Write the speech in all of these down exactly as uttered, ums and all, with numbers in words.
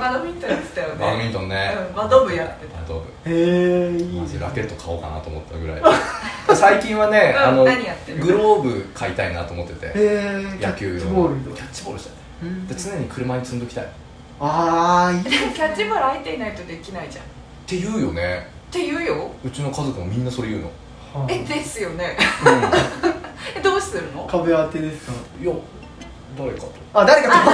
バドミントンやってたよね。 バドミントンね、 うん、バド部やってた。 バド部。 へえ、いいマジラケット買おうかなと思ったぐらい最近はね、 うん、 あの何やってる？ グローブ買いたいなと思ってて、 へ野球キャッチボールキャッチボールしたい、 うん、 で常に車に積んどきたい。 ああ、いい。 キャッチボール相手いないとできないじゃんって言うよね。 って言うよ。 うちの家族もみんなそれ言うの。 え、ですよね。 うえ、どうするの？ 壁当てですか？ ん、いや誰かと。 あ、誰かと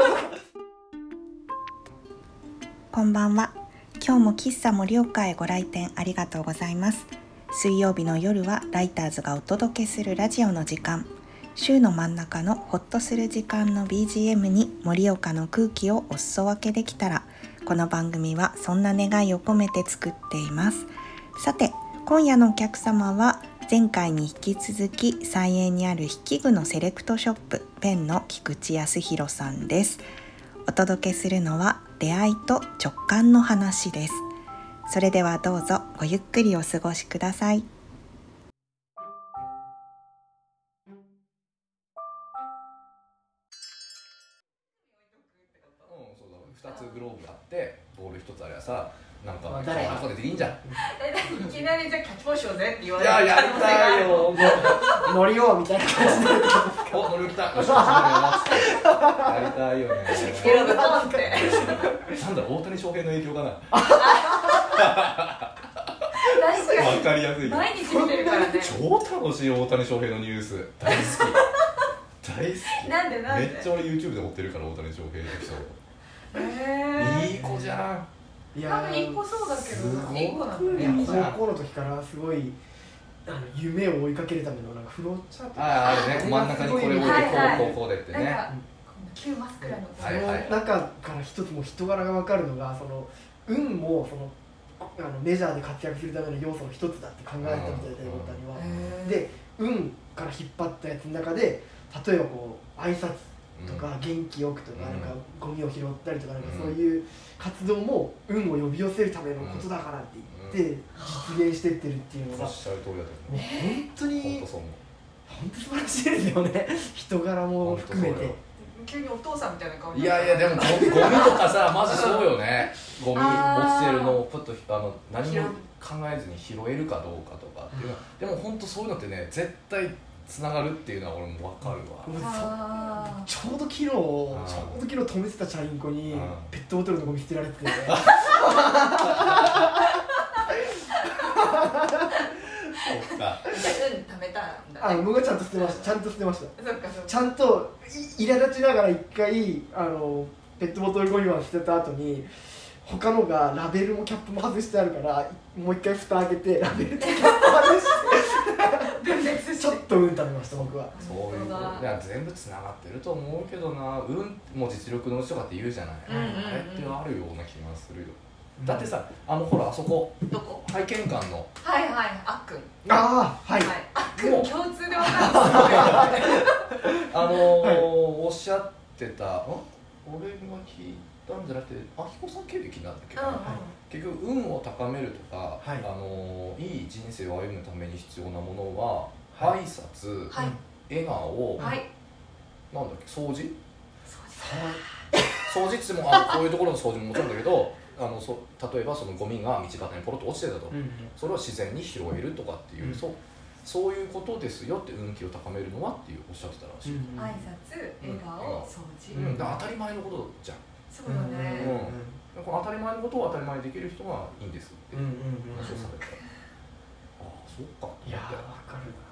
こんばんは。今日も喫茶盛岡へご来店ありがとうございます。水曜日の夜はライターズがお届けするラジオの時間。週の真ん中のホッとする時間の ビージーエム に盛岡の空気をお裾分けできたら、この番組はそんな願いを込めて作っています。さて、今夜のお客様は前回に引き続き菜園にある筆記具のセレクトショップペンの菊池康弘さんです。お届けするのは出会いと直感の話です。それではどうぞごゆっくりお過ごしください。 ふたつグローブあってボールひとつあればさ、なんか誰ここでできんじゃん。 え、いきなりじゃあキャッチボールしようぜって言わいれる。 ややりたいよ。 乗りようみたいな感じでお、乗り来た。よし、やりたいよね。 ゲロがトンって。 なんだろう、大谷翔平の影響かな。 確かにわかりやすい。 毎日見てるからね。 超楽しい大谷翔平のニュース。大好き。大好き。 なんでなんで。 めっちゃ俺 YouTube で追ってるから大谷翔平のエピソード。 へー、 いい子じゃん。 いやなんかいい子そうだけど、 すごいいい子なんだいやね。 高校の時からすごいあの夢を追いかけるためのなんかフローチャート、 ああ、あるね。真ん中にこれ置いて、こはいはうこうこうでってね。 なんか旧マスクラのそはいはいの中から一つも人柄が分かるのが、その運もそのあのメジャーで活躍するための要素の一つだって考えたみたいで、大谷は。 へーで、運から引っ張ったやつの中で、例えばこう挨拶とか元気よくとか、 うんなんかゴミを拾ったりとか、なんかうんそういう活動も運を呼び寄せるためのことだからって言って実現してってるっていうのが、 おっしゃる通りだともう本当に思う。本当そう思う。 本当素晴らしいですよね。人柄も含めて。 急にお父さんみたいな顔にいなる。 やいや、でもゴミゴミとかさ、マジそうよね。ゴミ落ちてるのをプッとあの何も考えずに拾えるかどうかとかっていうのは、でも本当そういうのってね、絶対つながるっていうのは俺も分かるわ。 もうあちょうど昨日、ちょうど昨日止めてたチャリンコにうんペットボトルのゴミ捨てられてて、 そっか。 ー、じゃあうん貯めたんだね。 あの僕はちゃんと捨てました。ちゃんと捨てました。 そっかそっか。 ちゃんとい苛立ちながら一回あのペットボトルゴミは捨てた後に、他のがラベルもキャップも外してあるから、もう一回蓋開けてラベルとキャップ外して分裂してちょっと運食べました僕は。 そういうこと。いや全部つながってると思うけどな。運も実力のうちとかって言うじゃない。 うんうんうんあれってあるような気がするよ。だってさ、あのほらあそこどこ？ 体験館のはいはい、あっくん。 ああ、はい、 はい、あっくんもう共通でわかる。 あのーはいおっしゃってた、ん俺が聞いたんじゃなくて、あひこさん経歴なんだけど、 うんうん。 結局運を高めるとか、 はいあのーいい人生を歩むために必要なものは、 はい挨拶、 はい笑顔、 はい。 なんだっけ、掃除そう掃除って言ってもあこういうところの掃除ももちろんだけど、あのそ例えばそのゴミが道端にポロッと落ちてたと、 うんうんそれを自然に拾えるとかっていう、 うんそうそういうことですよって運気を高めるのはっていうおっしゃってたらしい、 うん挨拶、笑顔、掃除。 うんだから当たり前のことじゃん。 そうだね。 うんこの当たり前のことを当たり前にできる人がいいんですってうんうんうん話をされた、ああそっかと思って。 いやーわかるな。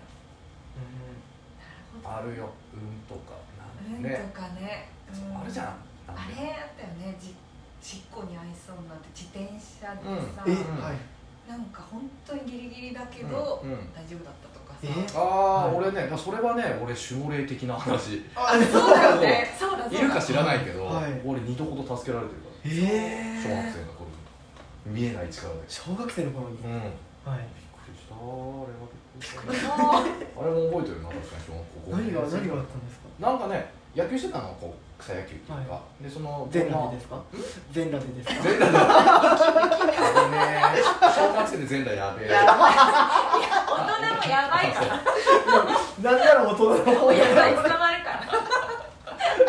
あるよ運とかなん運ね、 とかね。うんあるじゃん。 あれあったよね。じ事故に遭いそうになって自転車でさ、 え、 うんはい。 なんか本当にギリギリだけど、 うんうん大丈夫だったとかさ。 えああ、 はい俺ね、だからそれはね、俺守護霊的な話あ、 そうだよね。そうだそうだ。 いるか知らないけど、 はい俺二度ほど助けられてるかえら、小学生の頃に見えない力で。 小学生の頃に。 うん。びっはい。 くりした。あれはびっくりした。 ああれも覚えてるな、確かに小学校。 何が何があったんですか。 なんかね、野球してたの、こう草野球っていうか、でその全裸でですか。全裸でですか。 全裸で。あれね、小学生で全裸やべえ。 やばい。いや大人もやばいから。 なんなら大人の方やばい捕まるから。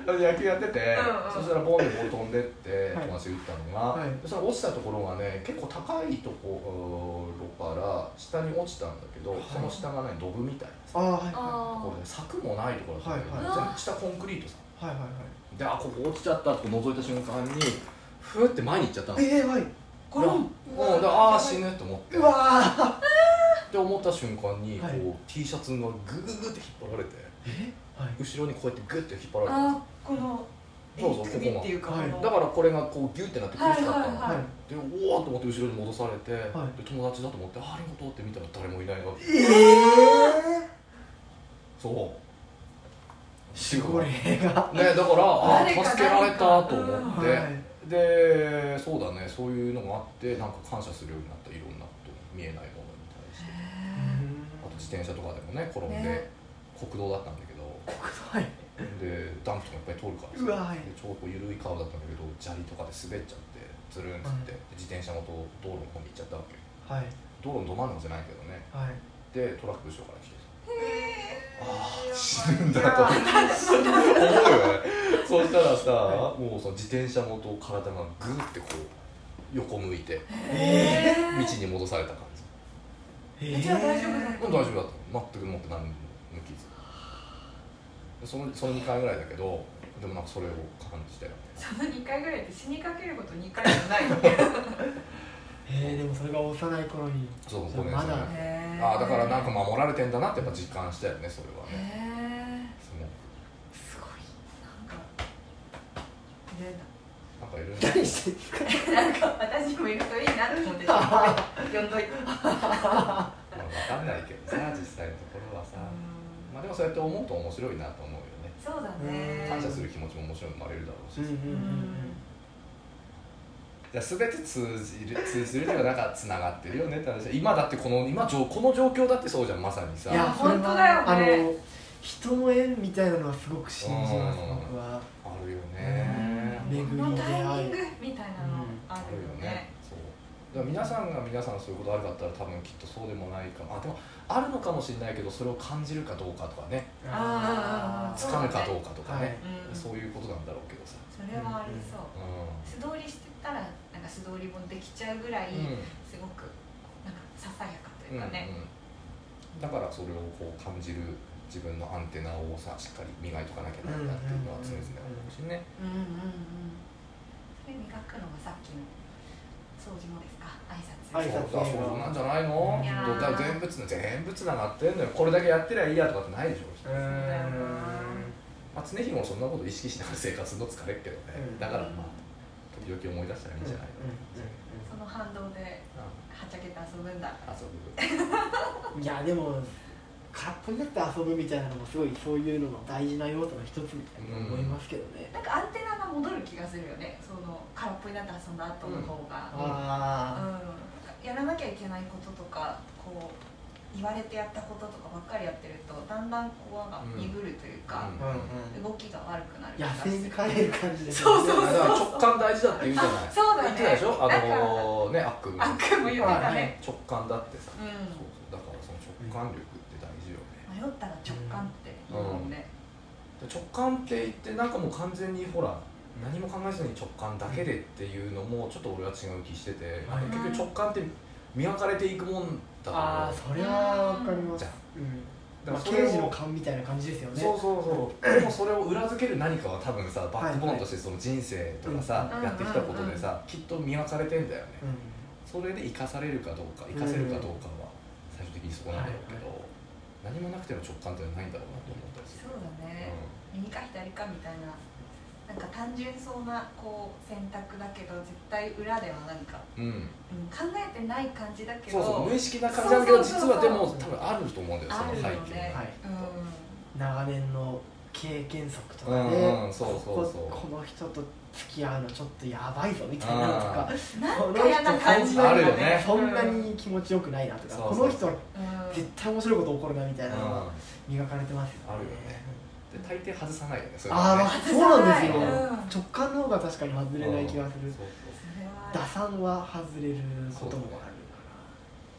野球やってて、 うんうんそしたらボンでボール飛んでってはい友達が打ったのが、 はいそしたら落ちたところがね結構高いところから下に落ちたんだけど、 はいその下がねドブみたいなさ、 ああはいはこれね柵もないところだったんだけど、 はいはい全部下コンクリートさいはいはいで、あここ落ちちゃったって覗いた瞬間にふーって前に行っちゃったの。 ええはいこれもうでああ死ぬと思ってうわーって思った瞬間にこう、 はい T シャツがグググって引っ張られてえはい後ろにこうやってグッて引っ張られてあーこのそうそう首っていうかはいこのだからこれがこうギュッてなって苦しかったの、 はいはいはいはいでおおと思って後ろに戻されて、 はいで友達だと思ってあありがとうって見たら誰もいないわけ。 ええそう守護霊がね、だからあ誰か助けられたと思って、 はいでそうだねそういうのがあってなんか感謝するようになったいろんなこと見えないものに対してあと自転車とかでもね転んで、 ね国道だったんだけどはいでダンプとかいっぱい通るからさうわはいでちょうど緩い川だったんだけど砂利とかで滑っちゃってズルンっつって、 はい自転車ごと道路の方に行っちゃったわけよ。 はい道路のど真ん中じゃないけどね。 はいでトラック後ろから来てさああ死ぬんだと思うよね。そしたらさ、 はもうその自転車ごと体がグーってこう横向いてえ道に戻された感じ。 ええじゃあ大丈夫だったうん大丈夫だった全くもって何も抜きずでそのそのにかいぐらいだけどでもなんかそれを感じたよね。 そのにかいぐらいって死にかけることにかいじゃないのえー、でもそれが幼い頃にそうじゃあまだへーああだからなんか守られてんだなってやっぱ実感したよねそれはね。 へすごくすごいーなんかいるなんかいるね。 何してんですかなんか私もいるといいなと思って呼んどいてまあ分かんないけどさ実際のところはさ、まあでもそうやって思うと面白いなと思うよね。 そうだね感謝する気持ちももちろん生まれるだろうし、 うんうんうんじゃあ全て通じる通じるというかなんかつながってるよねって話。今だってこの今この状況だってそうじゃんまさにさ。 いやそれ本当だよねはあの人の縁みたいなのはすごく信じますうん僕はあるよね。 巡りこのタイミング出会いみたいなのああるよねるよね。そうだから皆さんが皆さんそういうことあるかって言ったら多分きっとそうでもないかも。あでもあるのかもしれないけどそれを感じるかどうかとかねあー掴むかどうかとかね、 うんそういうことなんだろうけどさ。 それはありそうう素通りしてたらなんか素通りもできちゃうぐらいん、うんすごくなんかささやかとうんいうかねうん、だからそれをこう感じる自分のアンテナをさしっかり磨いとかなきゃなんだっていうのは常々思うしね。 うんうんうんそれ磨くのがさっきの掃除もですか挨拶挨拶そうだそうなんじゃないのいやーだから全部つな全部つながってんのよ。これだけやってりゃいいやとかってないでしょ、 うーんまあ、常日頃そんなこと意識しながら生活するの疲れるけどね、 うんだからまあ時々思い出したらいいんじゃないの、 その反動ではちゃけて遊ぶんだ遊ぶいやでも空っぽになって遊ぶみたいなのもすごいそういうのの大事な要素の一つみたいな思いますけどね、 なんかアンテナが戻る気がするよねその空っぽになって遊んだ後の方が、 あうん、やらなきゃいけないこととかこう言われてやったこととかばっかりやってるとだんだんこうが鈍るというか、 うんあ、うんうん、 動きが悪くなる気が野する生に帰る感じですそうそうだから直感大事だって言うじゃない。 そうだね言ってたでしょあのー、ねあっくんあっくんも言ってたね、 直感だってさ、 うんそうそうだからその直感力って大事よね。 迷ったら直感っていいもんね、 で直感って言ってなんかもう完全にほら何も考えずに直感だけでっていうのもちょっと俺は違う気してて、 はい結局直感って磨かれていくもんだと思う。 ああそれはわかりますじゃんうんだからまあ、刑事の勘みたいな感じですよねそうそうそうでもそれを裏付ける何かは多分さバックボーンとしてその人生とかさ、 はいやってきたことでさ、きっと磨かれてんだよね、 うんそれで生かされるかどうか生かせるかどうかは最終的にそこなんだろうけど、何もなくての直感ってないんだろうなと思ったりする。 そうだね、右か左かみたいななんか単純そうなこう選択だけど絶対裏ではなんか、 うん、うんうん、考えてない感じだけどそうそう無意識な感じなんだけどそうそうそうそう実はでも多分あると思うんだよそのあるよ背景ね、 はいうん長年の経験則とかうんで、 うんそうそうそうこここの人と付き合うのちょっとやばいぞみたいなのとかなんか嫌な感じあるよねそんなに気持ちよくないなとか、 そうそうこの人はうん絶対面白いこと起こるなみたいなのがうん磨かれてますよね。 あるよねで大抵外さないよねそういうのああ、 ねまあ、そうなんですよ、 うん直感の方が確かに外れない気がする。 そうそれは打算は外れることもあるか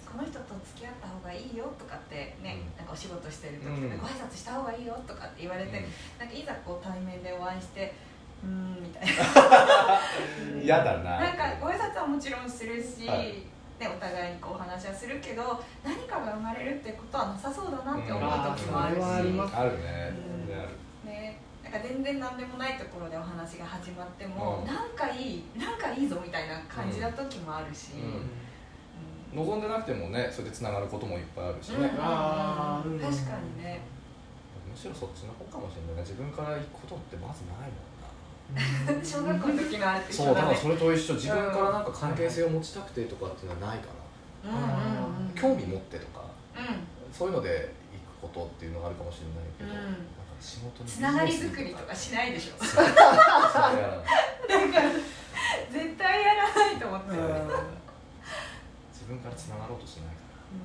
この人と付き合った方がいいよとかってね、 うん、 なんかお仕事してる時とか、 うんご挨拶した方がいいよとかって言われて、 うんなんかいざこう対面でお会いしてうーんみたいな嫌だな。 なんかご挨拶はもちろんするし、 はいね、お互いにこうお話はするけど何かが生まれるってことはなさそうだなって思う時もあるし、 うんあーそれはありますあるね。 うん全然ある。 ね、なんか全然何でもないところでお話が始まっても、 うんなんかいいなんかいいぞみたいな感じな時もあるし、 うんうん望んでなくてもね、それでつながることもいっぱいあるしうんね。 あーうん確かにね。 むしろそっちの方かもしれない。自分から行くことってまずないもんな。 小学校の時のあれって一そう、だから緒だね。 それと一緒。自分からなんか関係性を持ちたくてとかっていうのはないかうんうんうん。 な。興味持ってとか、 うんそういうので行くことっていうのがあるかもしれないけど、 うんなんか仕事につながり作りとかしないでしょ。 それやらないだから絶対やらないと思ってる。うん自分からつながろうとしないか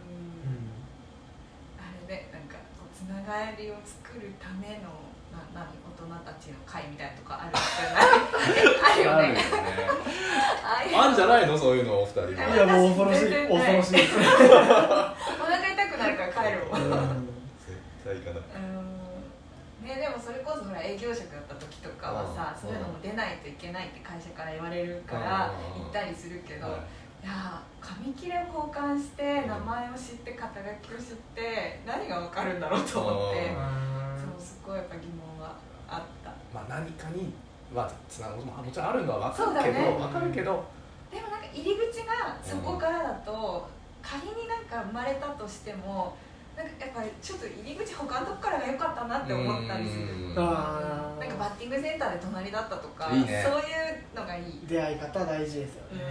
あれね、なんかこうつながりを作るためのな何大人たちの会みたいなとかあるじゃない？あるよね。ああいうら。あんじゃないの、そういうのお二人いは。 やもう恐ろしい全然ない恐ろしいですお腹痛くなるから帰るもん。うん絶対行かない。 ね、でもそれこそほら営業職だった時とかはさ、 うんそういうのも出ないといけないって会社から言われるからうん行ったりするけど、 はいいや紙切れを交換して名前を知って肩書きを知って何が分かるんだろうと思って、そうすごいやっぱ疑問はあった。 まあ何かにはつながることももちろんあるのは分かるけど、 そうだね分かるけど、 でもなんか入り口がそこからだと、仮になんか生まれたとしてもなんかやっぱりちょっと入り口他のとこからが良かったなって思ったりする。 うんあなんかバッティングセンターで隣だったとか、 いいねそういうのがいい。 出会い方大事ですよね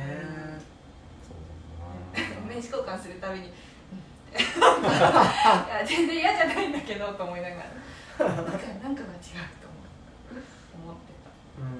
そう名刺交換するたびに、うん、いや全然嫌じゃないんだけどと思いながら、なんかなんかが違うと思う思ってた。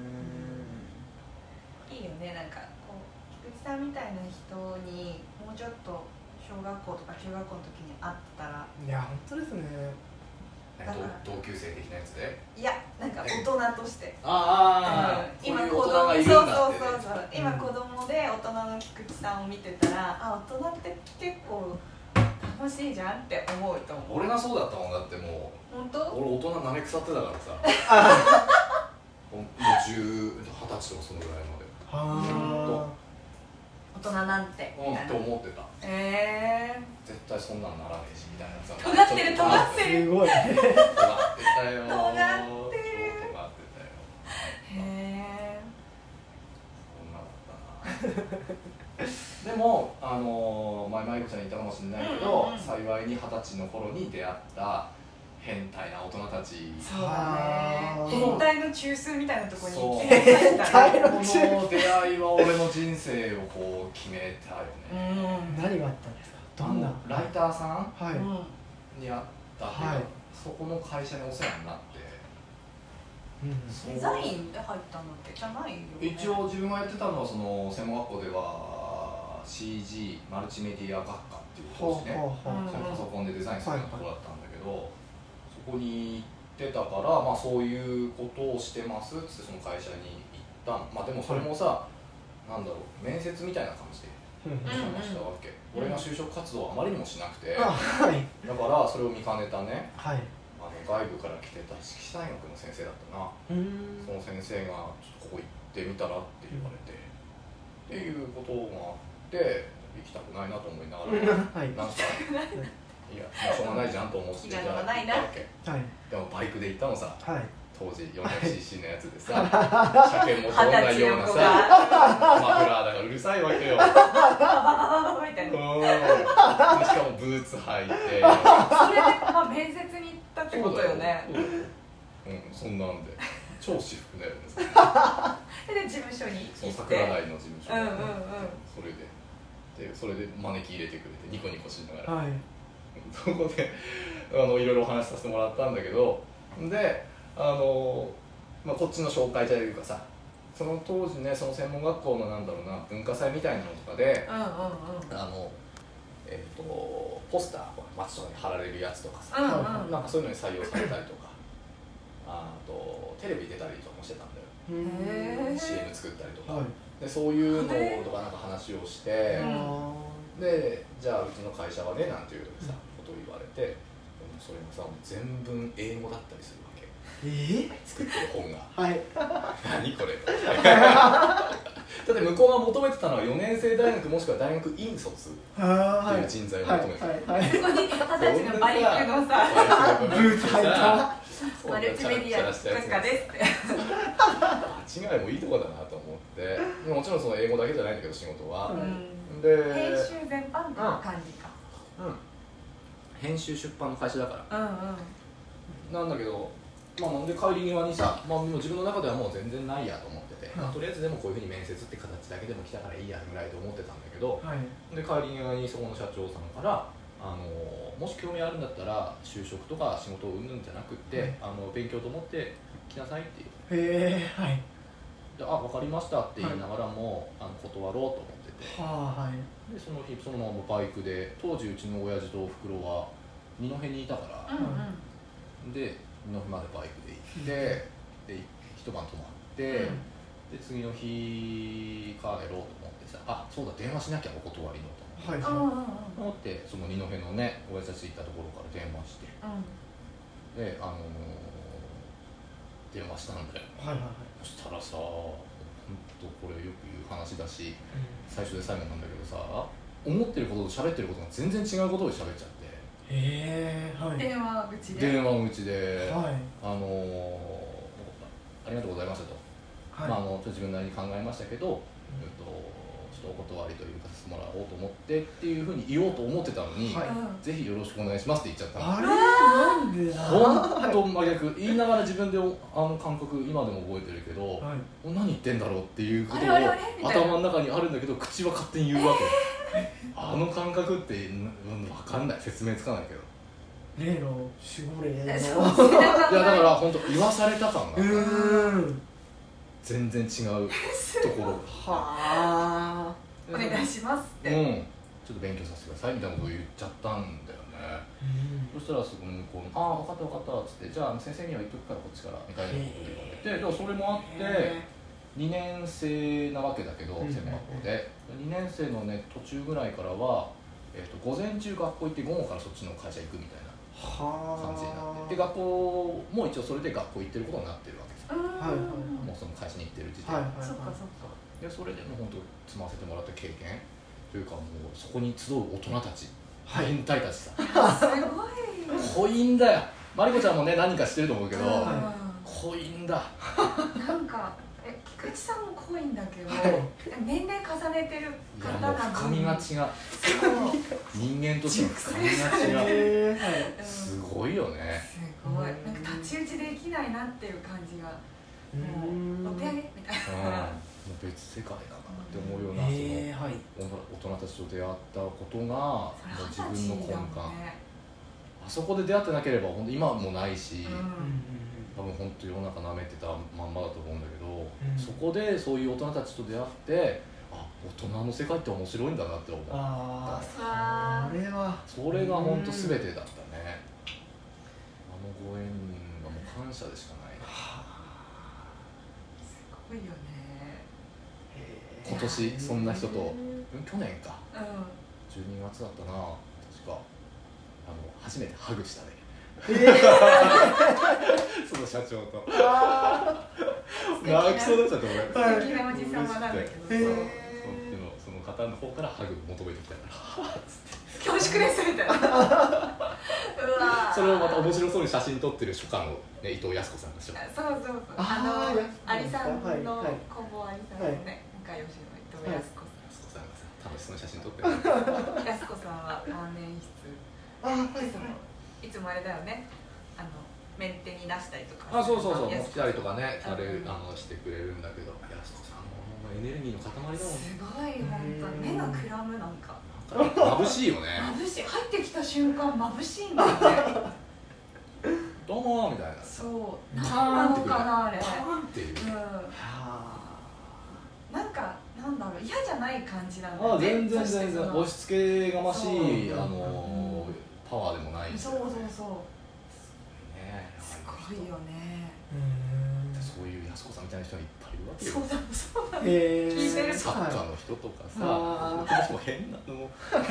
いいよね、なんかこう菊池さんみたいな人にもうちょっと小学校とか中学校の時に会ったら、 いや本当ですねね同同級生的なやつで、 いやなんか大人として。 ああ、 今こういう子供大人がいるんそうだってね。 そうそうそう今子供で大人の菊池さんを見てたら、あ大人って結構楽しいじゃんって思うと思う。 俺がそうだったもん。だっても本当？ う俺大人舐め腐ってたからさもう十二十歳とかそのぐらいまでは大人なんてうんって思ってた。 え絶対そんなんならねえしみたいなさ。 尖ってる尖あってるすごい尖ってたよ。 尖ってるそう尖ってたよ。 ー、へそんなだったな。でもあの前マイコちゃん言ったかもしれないけど、 うんうんうん幸いに二十歳の頃に出会った変態な大人たち。 ーそうだねはー変態の中枢みたいなところにそう行ってましたね。 この出会いは俺の人生をこう決めたようね。 ん何があったんですかどんなあのライターさんはい、 うんに会ったっていうか、 はいそこの会社にお世話になって、 うんデザインで入ったんだっけじゃないよね。 一応自分がやってたのはその専門学校では シージー マルチメディア学科っていうコースね、 ほうほうほうそのパソコンでデザインするようなところだったんだけど、そこに行ってたから、まあ、そういうことをしてますってその会社に行ったん。まあでもそれもさ、なんだろう、面接みたいな感じでうんお邪魔したわけ、 うん俺が就職活動をあまりにもしなくて、 あはいだからそれを見かねたね、 はいあの外部から来てた色紙大学の先生だったな。 うんその先生がちょっとここ行ってみたらって言われて、っていうことがあって行きたくないなと思いながらはいなんかいやまあしょうがないじゃんと思ってじゃあ行ったわけ。 はいでもバイクで行ったのさ、 はい当時 よんひゃくシーシー のやつでさ車検も通んないようなさマフラーだからうるさいわけよ。 バババババみたいな。 うんでしかもブーツ履いてそれでまあ面接に行ったってことよね。 そうだようんそんなんで超私服だよね。 で事務所にその行って。 桜台の事務所うんうんうん。 それででそれで招き入れてくれてニコニコしながら、 はいそこであのいろいろお話しさせてもらったんだけど、であの、まあ、こっちの紹介というかさ、その当時ねその専門学校のなんだろうな文化祭みたいなのとかで、 うんうんうん。 あのえっ、とポスター街とかに貼られるやつとかさ、 うんうん。 なんかそういうのに採用されたりとか、あとテレビ出たりとかもしてたんだよ。 へーシーエム 作ったりとか、 はいでそういうのとかなんか話をして、 うんででじゃあうちの会社はねなんていうさことを言われて、でもそれもさ全文英語だったりするわけ。 えー、 作ってる本がはい何これだって向こうが求めてたのはよねん生大学もしくは大学院卒っていう人材を求めてた、 はいはいはい、 そこに二十歳のバイクのさブーツ履いたマルチメディア作家ですって間違いもいいとこだなと思って、もちろんその英語だけじゃないんだけど仕事は、 うん、 で編集全般っていう感じか、 うん、編集出版の会社だから、 うんうん、 なんだけど、まあ、なんで帰り際にさ、まあ、もう自分の中ではもう全然ないやと思ってて、まあ、とりあえずでもこういうふうに面接って形だけでも来たからいいやぐらいと思ってたんだけど、 はい、 で帰り際にそこの社長さんからあのもし興味あるんだったら就職とか仕事をうんぬんじゃなくって、はい、あの勉強と思って来なさいっていう。 へえ、はい。 で、あ、分かりましたって言いながらも、はい、あの断ろうと思ってて、 はあ、はい、 でその日そのままバイクで、当時うちの親父とおふくろは二戸にいたから、うんうん、で二戸までバイクで行って、で一晩泊まって、うん、で次の日帰ろうと思ってさ、あ、そうだ電話しなきゃお断りのと思って、はい、思ってその二戸のね親父たち行ったところから電話して、うん、であのー、電話したんだよ、はいはいはい、そしたらさ、本当これよく言う話だし、うん、最初で最後なんだけどさ、思ってることと喋ってることが全然違うことを喋っちゃって、 へー、はい、 電話口で電話口で、 はい、 あのー、ありがとうございましたと、はい、まあ、あのちょっと自分なりに考えましたけど、うん、えっとちょっとお断りというかさせてもらおうと思ってっていうふうに言おうと思ってたのに、はい、ぜひよろしくお願いしますって言っちゃったの。 あれなんでだ、 本当真逆、言いながら自分であの感覚今でも覚えてるけど、はい、何言ってんだろうっていうことを頭の中にあるんだけど口は勝手に言うわけ、えー、あの感覚って分かんない、説明つかないけど、 例の守護霊のいやだから本当言わされた感がうん全然違うところはあ、 お願いしますって、 うん、ちょっと勉強させてくださいみたいなことを言っちゃったんだよね、うん、そしたらそこ向こうの「ああ分かった分かった」っつって「じゃあ先生には言っとくからこっちから」みたいなことを言われて、でもそれもあってにねん生なわけだけど専門学校でにねん生のね途中ぐらいからは、えー、と午前中学校行って午後からそっちの会社行くみたいな感じになって、で学校も一応それで学校行ってることになってるわけさ、はい、もうその会社に行ってる時点で、はいはいはい、 そっかそっか、 でそれでも本当積ませてもらった経験というか、もうそこに集う大人たち、変態たちさ、 すごい濃いんだよ。マリコちゃんもね何かしてると思うけど、濃いんだ。 なんかえ菊池さんも濃いんだけど、はい、年齢重ねてる方なのに深みが違う。人間としての深みが違う。すごいよね。 すごい。なんか太刀打ちできないなっていう感じが、もうお手上げみたいな。 別世界だなって思うような、その、えーはい、大人たちと出会ったことがもう自分の根幹、ね、あそこで出会ってなければ本当今もないし、うん、多分本当世の中なめてたまんまだと思うんだけど、うん、そこでそういう大人たちと出会ってあ大人の世界って面白いんだなって思った。 あそれはそれが本当全てだったね、うん、あのご縁はもう感謝でしかない、 すごいよね。 今年そんな人と、去年か、うん、じゅうにがつだったな、確かあの初めてハグしたね、えー、その社長と泣きそうだったと思う。 素敵なおじさまなんだけど、えー、 その方の方からハグ求めてきたから恐縮ですみたいなうわそれをまた面白そうに写真撮ってる書家の、ね、伊藤靖子さんでしょ。 そうそうそう、あのアリさんの工房アリさんのね、仲良しの伊藤靖子さん、 楽しそうな写真撮ってる靖子さんは万年筆、あ、はい、いつもあれだよね、あのメンテに出したりとか、 あ、そうそうそう、持ってたりとかね、あれ、あのしてくれるんだけど、靖子さんもエネルギーの塊だもん。 すごい、本当に目がくらむ、なんか眩しいよね。 眩しい、入ってきた瞬間眩しいんだよねどうもみたいな。 そう、何なのかなあれ。 パーンっていう。うん、 なんかなんだろう、嫌じゃない感じなんだよね。あ、全然全然押し付けがましいあのパワーでもない。 そうそうそう。 ね、 すごいよね。 そういう靖子さんみたいな人がいっぱいいるわけよ。 そうだそうだ、 えー、 聞いてる作家の人とかさ、 あこの人も変なの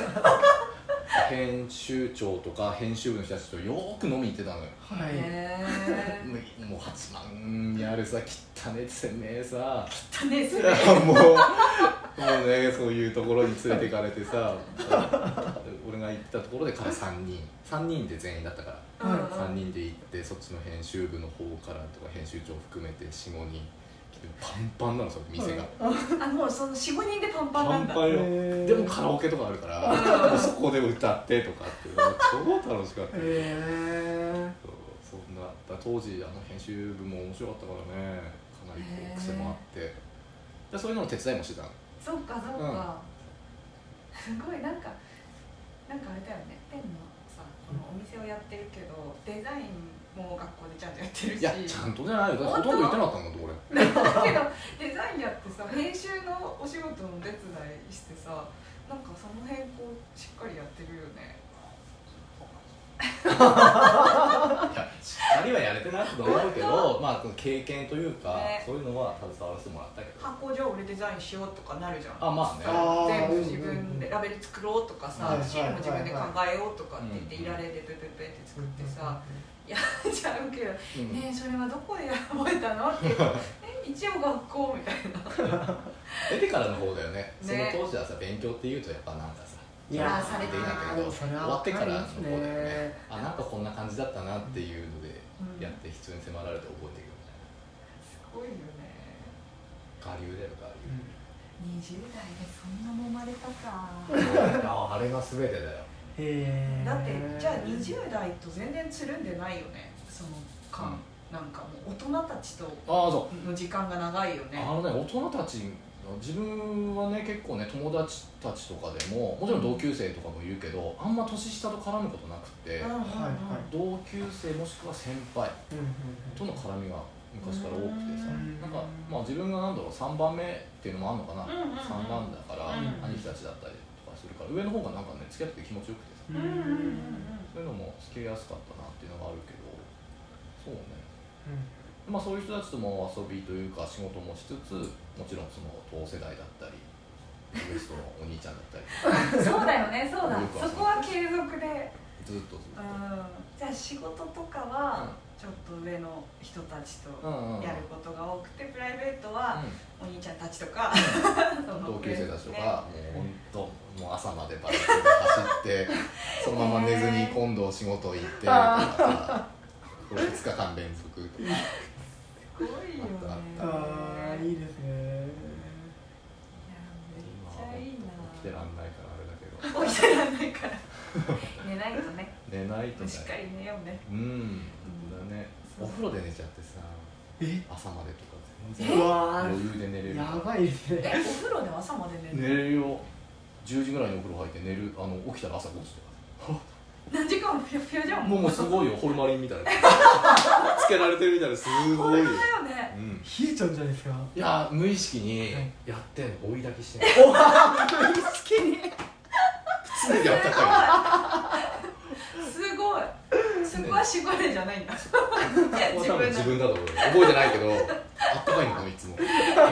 編集長とか編集部の人たちとよーく飲みに行ってたのよ。 はいへもうもうはちまんにあるさ汚ねてめえさーねそいれやもうもうねそういうところに連れてかれてさ俺が行ったところで彼さんにんさんにんで全員だったから、 うんうんさんにんで行ってそっちの編集部の方からとか編集長含めて よん,ご 人パンパンなのその店が、 あもうその よん,ご 人でパンパンなんだ。 パンパンよ。 へーでもカラオケとかあるからもうそこで歌ってとかって超楽しかったよ、 えそうそんなだ当時あの編集部も面白かったからねかなりこう癖もあってでそういうのの手伝いもしてたの。 そっかそっか、すごいなんかなんかあれだよね、ペンのさこのお店をやってるけどデザインも学校でちゃんとやってるし、 いやちゃんとじゃないよ、だってほとんど言ってなかったんだって俺。 だけどデザインやってさ編集のお仕事の手伝いしてさ、なんかその辺こうしっかりやってるよね。 いやしっかりはやれてないと思うけどまあ経験というか、ね、そういうのは携わらせてもらったけど、 箱上俺デザインしようとかなるじゃん。 あまあねあ全部自分でラベル作ろうとかさ、 はいシールも自分で考えようとかって言って、 うんいられでペペペって作ってさ、やっちゃうけど、 うんねえそれはどこで覚えたのって言うとえ一応学校みたいな。 出てからの方だよね。 ねその当時はさ勉強っていうとやっぱなんかさいやされてできなかったけど終それはわってからの方だよねね。 あなんかこんな感じだったなっていうのでうんやって必要に迫られて覚えていくみたいすごいよね。 な。我流だよ我にじゅう代でそんな揉まれたか。 流。ああれが全てだよ。 へーだってじゃあにじゅう代と全然つるんでないよね。その間、なんかもう大人たちとああその時間が長いよね。 あのね大人たち自分はね結構ね友達たちとかでももちろん同級生とかもいるけどあんま年下と絡むことなくて、 うんうんうんはいはい同級生もしくは先輩うんうんとの絡みが昔から多くてさ、 うんなんかまあ自分がなんだろうさんばんめっていうのもあるのかな、 うんうんうんさんなんだから、 うん兄貴たちだったりとかするから上の方がなんかね付き合ってて気持ちよくてさ、 うんうんうんそういうのも付き合いやすかったなっていうのがあるけどそうねうんまあそういう人たちとも遊びというか仕事もしつつもちろんその同世代だったりウエストのお兄ちゃんだったりうん。そうだよね、そうだよく。遊ぶそこは継続で。 ずっとずっと、 うん。じゃあ仕事とかはちょっと上の人たちとうんうんうんやることが多くて、プライベートはお兄ちゃんたちとか、 うん、同級生たちとか、もう本当もう朝までバイクで走ってそのまま寝ずに今度仕事行ってとかさこれふつかかん連続とかすごいよね。 ああいいですね。 いやめっちゃいいな。 起きてらんないからあれだけど起きてらんないから寝ないとね。 寝ないとねしっかり寝ようね。 うん本当だねお風呂で寝ちゃってさえ朝までとか全然うわ余裕で寝れるーやばいですえね。 お風呂で朝まで寝寝る。 れるよじゅうじぐらいにお風呂入って寝るあの起きたら朝ごじとか何時間もピヨピヨじゃん。 もうもうすごいよホルマリンみたいなつけられてるみたいなすごいよ、 本当だよね。 うん、 冷えちゃうんじゃないですか。 いや無意識にはいやってんの追い炊きしてんのおわ無意識に。 常にあったかすごい。そこは守護霊じゃないんだ。 いこれは多分自分だと思う覚えてないけどあったかいのかもいつもす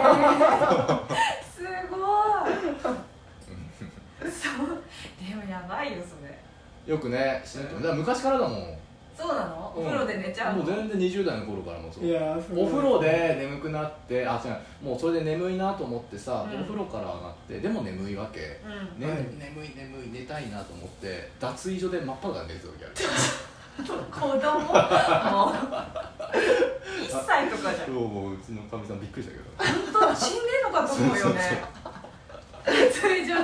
ごい。そう。でもやばいよそれ。 よくねしないとだから昔からだもんそうなの？お風呂で寝ちゃうの？ もう全然にじゅう代の頃からもそういやーすごいお風呂で眠くなってあ違うもうそれで眠いなと思ってさ、 うんお風呂から上がってでも眠いわけ、 うん。 ねはい眠い眠い寝たいなと思って脱衣所で真っ裸で寝てた時ある子供もういっさいとかじゃん。 そうもううちのかみさんびっくりしたけど本当死んでんのかと思うよね。脱衣所で。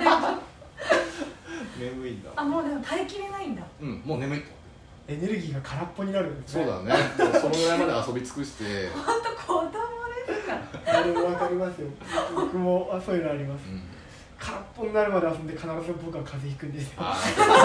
眠いんだあもうでも耐えきれないんだ。 うんもう眠いってエネルギーが空っぽになるんですね。 そうだねもうそのぐらいまで遊び尽くして、 本当子供ですか。 あれわかりますよ。僕もあそういうのあります。 うん、 空っぽになるまで遊んで必ず僕は風邪ひくんですよ。 あ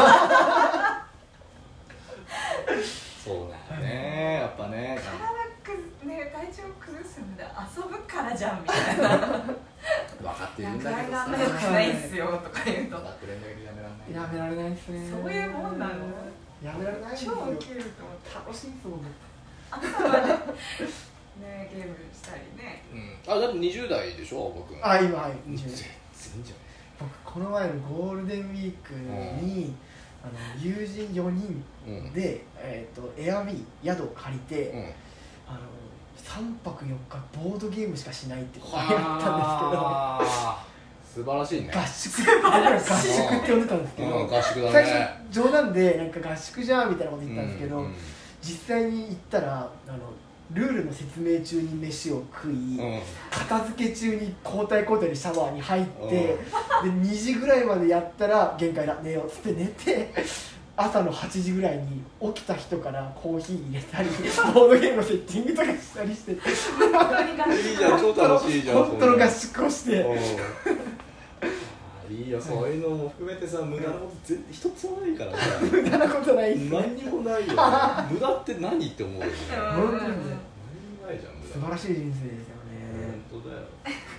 そうだよねやっぱね体くね体調崩すんだ遊ぶからじゃんみたいな。 分かってるん具合だけどさがあんま良くないっすよとか言うと分。かってるんだけどやめらんないやめられないですね。 そういうもんなの？ やめられないですよ。 超ウケると思って。 楽しいですもんね。 朝までね、ゲームしたりね、 うん、あだってにじゅう代でしょ青葉君。 あ今はい全然じゃん。 僕この前のゴールデンウィークに、うん、あの友人よにんで、うんえー、とエアビー宿を借りて、うん、あのさんぱくよっかボードゲームしかしないってことをやったんですけど素晴らしいね。 合宿合宿って呼んでたんですけど、 うん、合宿だね、 最初冗談でなんか合宿じゃんみたいなこと言ったんですけど、 うんうん、 実際に行ったらあのルールの説明中に飯を食い、うん、片付け中に交代交代でシャワーに入って、うん、でにじぐらいまでやったら限界だ寝ようっつって寝て朝のはちじぐらいに起きた人からコーヒー入れたりボードゲームのセッティングとかしたりして本当にいいじゃん超楽しいじゃん本当の合宿をしていいよそういうのも含めてさ無駄なこと絶対一つもないからさ無駄なことないっすね何にもないよ、ね、無駄って何って思うよね本当にね何にもないじゃん無駄素晴らしい人生ですよね本当だよ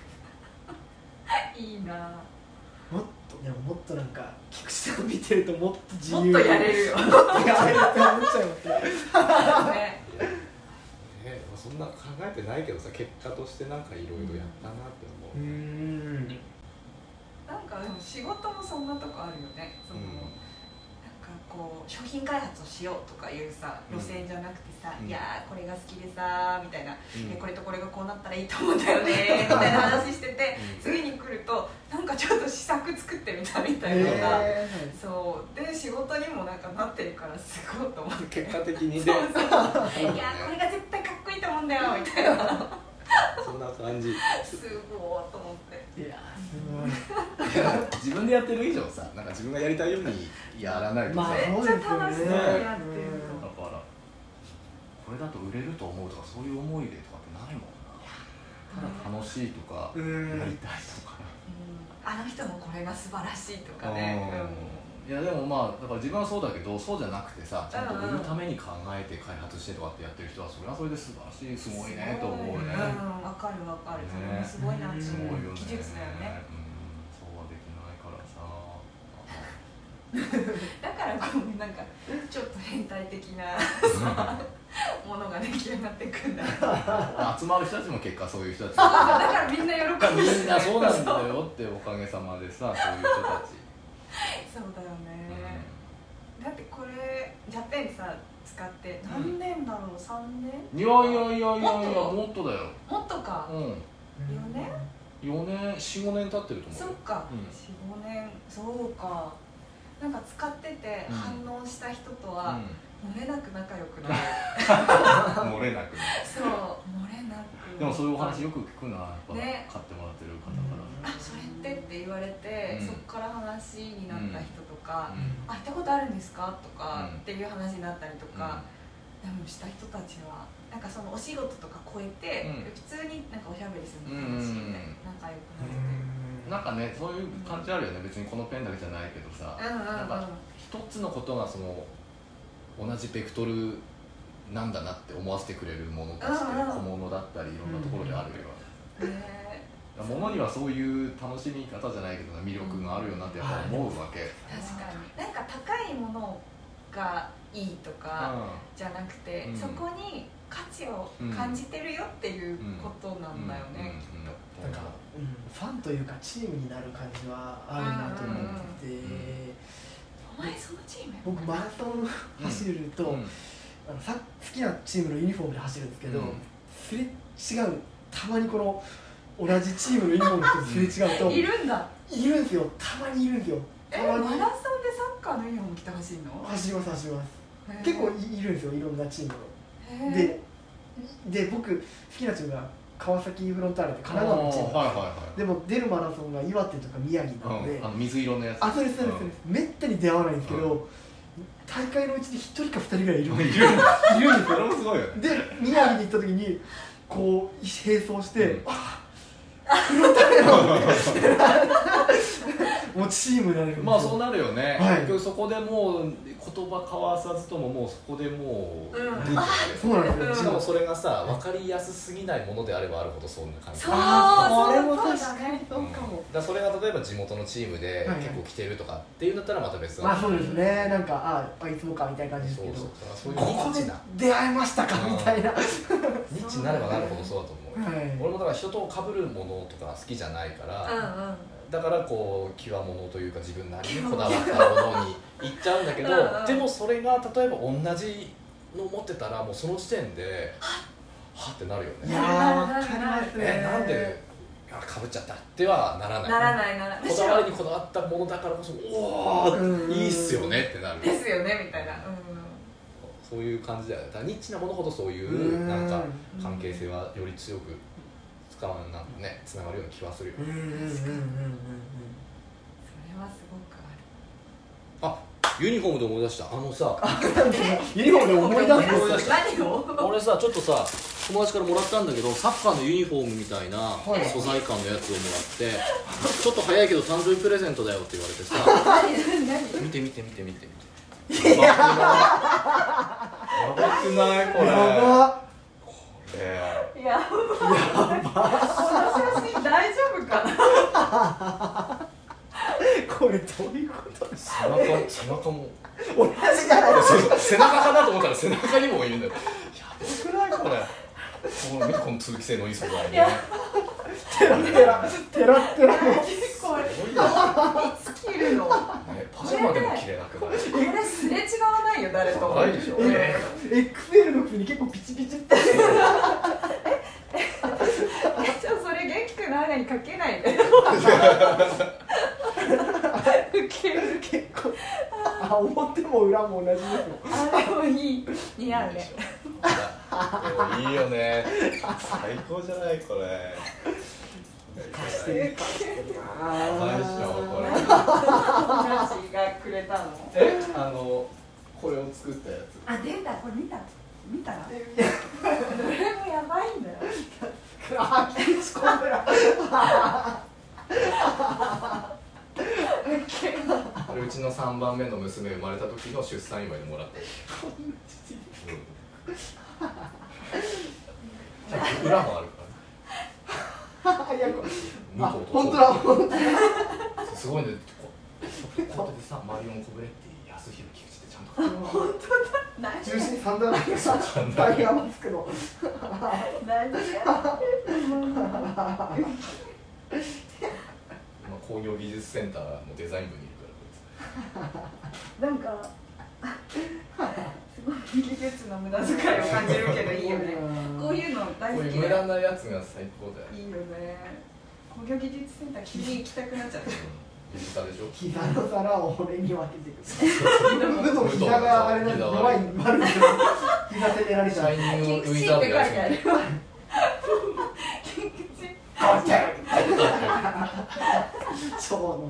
いいなもっとでももっとなんか菊池さん見てるともっと自由にもっとやれるよもっとやれるって思っちゃいますねねねそんな考えてないけどさ結果としてなんかいろいろやったなって思う、 うーんなんかでも仕事もそんなとこあるよねその、うん、なんかこう商品開発をしようとかいうさ路線じゃなくてさ、うん、いやーこれが好きでさみたいな、うん、これとこれがこうなったらいいと思うんだよねみたいな話してて、うん、次に来るとなんかちょっと試作作ってみたみたいなのが、えー、そうで仕事にもなんかなってるからすごいと思って結果的にねそうそういやーこれが絶対かっこいいと思うんだよみたいなそんな感じすごいと思っていやすごいいや自分でやってる以上さなんか自分がやりたいようにやらないとさ、 まあ、 めっちゃ楽しそうにやってるだからこれだと売れると思うとかそういう思い出とかってないもんなただ楽しいとかやりたいとか、 うん、あの人もこれが素晴らしいとかね、うんいやでもまあだから自分はそうだけどそうじゃなくてさちゃんと売るために考えて開発してとかってやってる人はそれはそれで素晴らしいすごいねと思うねうん分かる分かる、ね、すごいなって思う技術だよね、 うん、そうはできないからさだからこうなんかちょっと変態的なものが出来上がってくんだ集まる人たちも結果そういう人たちだからみんな喜んでみんなそうなんだよっておかげさまでさそういう人たちそうだよね、うん、だってこれジャペンさ使って何年だろう、うん、さんねんいやいやいやいやいやもっとだよもっとか、うん、よねんよねん、よん、ごねん経ってると思うそっか、うん、よん、ごねんそうかなんか使ってて反応した人とは、うん、漏れなく仲良くなる漏れなくそう漏れなくでもそういうお話よく聞くなやっぱ、ね、買ってもらってる方から、 あそれってって言われて、うん、そこから話になった人とか、 うん、 あ行ったことあるんですかとか、うん、っていう話になったりとか、うん、でもした人たちはなんかそのお仕事とか超えて、うん、普通になんかおしゃべりするの楽しいね、うん、仲良くなれてなんかねそういう感じあるよね、別にこのペンだけじゃないけどさ、うんうんうん、なんか一つのことがその同じベクトルなんだなって思わせてくれるものとして小物だったりいろんなところであるよ、うんうん、物にはそういう楽しみ方じゃないけど魅力があるよなってやっぱ思うわけ、 うん、確かになんか高いものがいいとかじゃなくて、うん、そこに価値を感じてるよっていうことなんだよね、きっとなんか、うん、ファンというかチームになる感じはあるなと思ってて、 お前そのチーム僕マラソン走ると、うんうん、あのさ好きなチームのユニフォームで走るんですけど、うん、すれ違うたまにこの同じチームのユニフォームとすれ違うといるんだいるんですよたまにいるんですよたまにえマラソンでサッカーのユニフォーム着て走るの走ります走ります結構 い, いるんですよいろんなチームのでで僕好きなチームが川崎フロンターレって神奈川のチーム、 はいはいはい、 でも出るマラソンが岩手とか宮城なので、 うん、あの水色のやつあそうですそうです、うん、めったに出会わないんですけど、うん、大会のうちでひとりかふたりぐらいいるんですよいるんですよそれもすごいよねで宮城に行った時にこう並走して、うん、あフロンターレのもうチームになるまあそうなるよね、 はい、 結局そこでもう言葉交わさずとももうそこでもうグッとなる、 そうなんですよ、 しかもそれがさ分かりやすすぎないものであればあるほどそんな感じそうあそれも確かにそうかも、 だそれが例えば地元のチームで結構来てるとかっていうんだったらまた別まあそうですね、なんかああいつもかみたいな感じですけど、 そうそうそういうここでニッチな出会えましたかみたいな。 ニッチになればなるほどそうだと思う、 はい、 俺もだから人と被るものとか好きじゃないから、 うんうん、 だからこう極物というか自分なりにこだわったものに行っちゃうんだけどうん、でもそれが例えば同じの持ってたらもうその時点ではっってなるよね。 いやーわかりますね。 えなんでかぶっちゃったってはならない。 ならないならない。 こだわりにこだわったものだからこそおーいいっすよねってなる。 ですよねみたいな、うん、 そういう感じだよね。だからニッチなものほどそういうなんか関係性はより強く使わなんかねつながるような気はするよね。 うんうんうんうんうんうん。 それはすごくある。 あ、ユニフォームで思い出した。あのさユニフォームで思い出す。 何を？ 俺さちょっとさ友達からもらったんだけどサッカーのユニフォームみたいな素材感のやつをもらってちょっと早いけど誕生日プレゼントだよって言われてさ見て見て見て見て見てやばくないこれやばこれやばこの写真大丈夫かなこれどういうことですか。 背中背中も同じじゃないですか。 背中かなと思ったら背中にもいるんだよ。やばくないこれこの見てこの通気性のいい素材ね。 テラテラテラテラの。 これいつ着るの？ ね、パジャマでも着れなくない？ これすれ違わないよ誰とも。 ないでしょ。 え、エックスエル の国結構ピチピチって。 え、じゃあそれ元気くの間にかけないで。ウケる結構。あ、表も裏も同じですよ。 あでもいい似合うね。 いいよね。最高じゃないこれ。 貸してる貸してるな。 やばいっしょこれ。 友達がくれたの？ え、あのこれを作ったやつ。 あ、出たこれ見た見た？どれもやばいんだよ。 あ、キムチコンブラ。 これうちのさんばんめの娘生まれた時の出産祝いでもらった。うん、裏もあるからね。 いやこあ、 本当だ本当だ。 すごいね。こうやってさ、マリオンコブレッティ、安弘菊池ってちゃんと。 本当だ。 中心サンダーラインタイヤマスクの。 何やってんの？ 工業技術センターのデザイン部にいるからこいつなんかすごい技術の無駄遣いを感じるけどいいよね。こういうの大好き。 こういう無駄なやつが最高だよ。 いいよね。工業技術センター急に行きたくなっちゃう。 ビジターでしょ。 膝の皿を俺に分けてくる。無の膝があれなんで弱い丸い膝でやられちゃう。 シャイニングウィザードやつ。 超の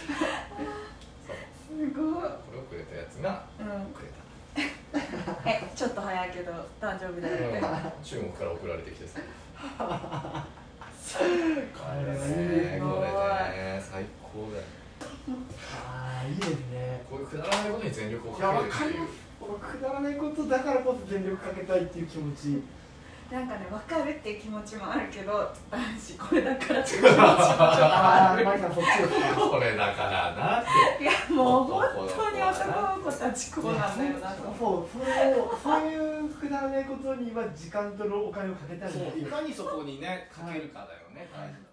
すごい。これをくれたやつがくれた。え、ちょっと早いけど誕生日だよって。 中国から送られてきてさ。 これね、 これね、最高だよ。 ああ、いいですね。 こういうくだらないことに全力をかけるっていう。 くだらないことだからこそ全力かけたいっていう気持ち。 なんかね、分かるっていう気持ちもあるけど、男子これだからっていう気持ちもある。 これだからなって。 いやもう本当に男の子たちこうなんだよなと。 そう、それをそういうくだらないことには時間とお金をかけたいっていう。 いかにそこにねかけるかだよね。大事だ。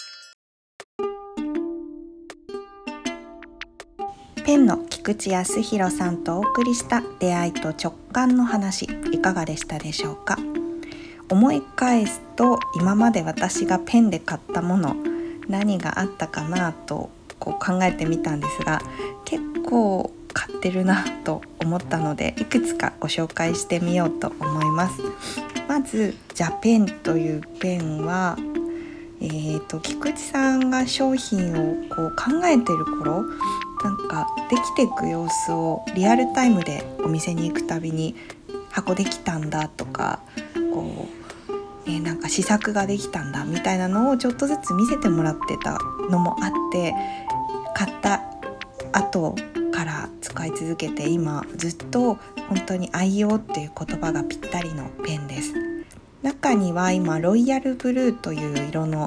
ペンの菊池康弘さんとお送りした出会いと直感の話、いかがでしたでしょうか。思い返すと今まで私がペンで買ったもの何があったかなとこう考えてみたんですが、結構買ってるなと思ったのでいくつかご紹介してみようと思います。まずジャペンというペンは、えー、と菊池さんが商品をこう考えてる頃、なんかできていく様子をリアルタイムでお店に行くたびに箱できたんだとかこう、ね、なんか試作ができたんだみたいなのをちょっとずつ見せてもらってたのもあって、買った後から使い続けて今ずっと本当に愛用っていう言葉がぴったりのペンです。中には今ロイヤルブルーという色の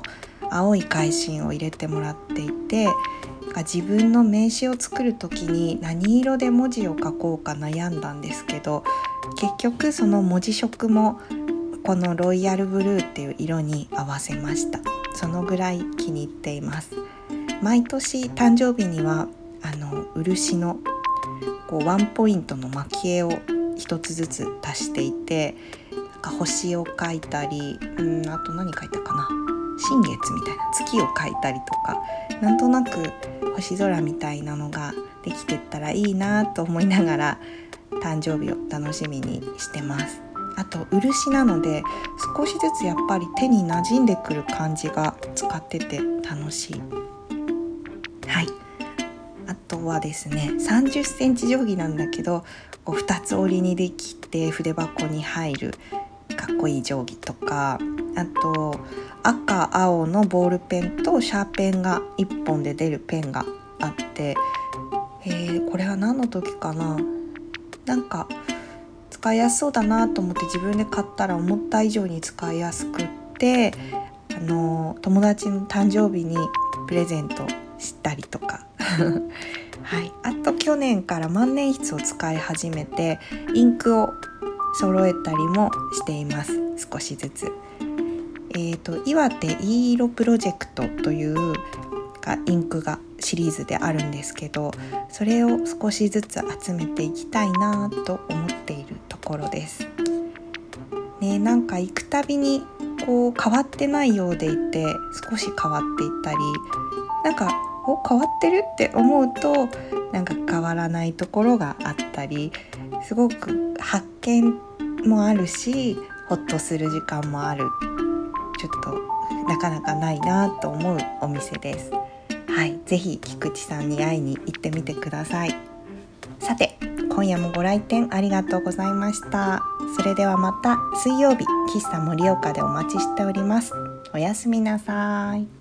青い返信を入れてもらっていて、自分の名刺を作る時に何色で文字を書こうか悩んだんですけど、結局その文字色もこのロイヤルブルーっていう色に合わせました。そのぐらい気に入っています。毎年誕生日にはあの漆のこうワンポイントの蒔絵を一つずつ足していて、なんか星を描いたり、うんあと何描いたかな、新月みたいな月を描いたりとか、なんとなく星空みたいなのができてったらいいなと思いながら誕生日を楽しみにしてます。あと漆なので少しずつやっぱり手に馴染んでくる感じが使ってて楽しい。はい、あとはですね、さんじゅっセンチ定規なんだけどこうふたつ折りにできて筆箱に入るかっこいい定規とか、あと赤青のボールペンとシャーペンがいっぽんで出るペンがあって、えー、これは何の時かな、なんか使いやすそうだなと思って自分で買ったら思った以上に使いやすくって、あの友達の誕生日にプレゼントしたりとかはい、あと去年から万年筆を使い始めてインクを揃えたりもしています。少しずつ、えーと、岩手いい色プロジェクトというインクがシリーズであるんですけど、それを少しずつ集めていきたいなと思っているところです、ね、なんか行くたびにこう変わってないようでいて少し変わっていったり、なんかお変わってるって思うとなんか変わらないところがあったり、すごく発見もあるしほっとする時間もある、ちょっとなかなかないなと思うお店です。はい、ぜひ菊池さんに会いに行ってみてください。さて今夜もご来店ありがとうございました。それではまた水曜日喫茶盛岡でお待ちしております。おやすみなさい。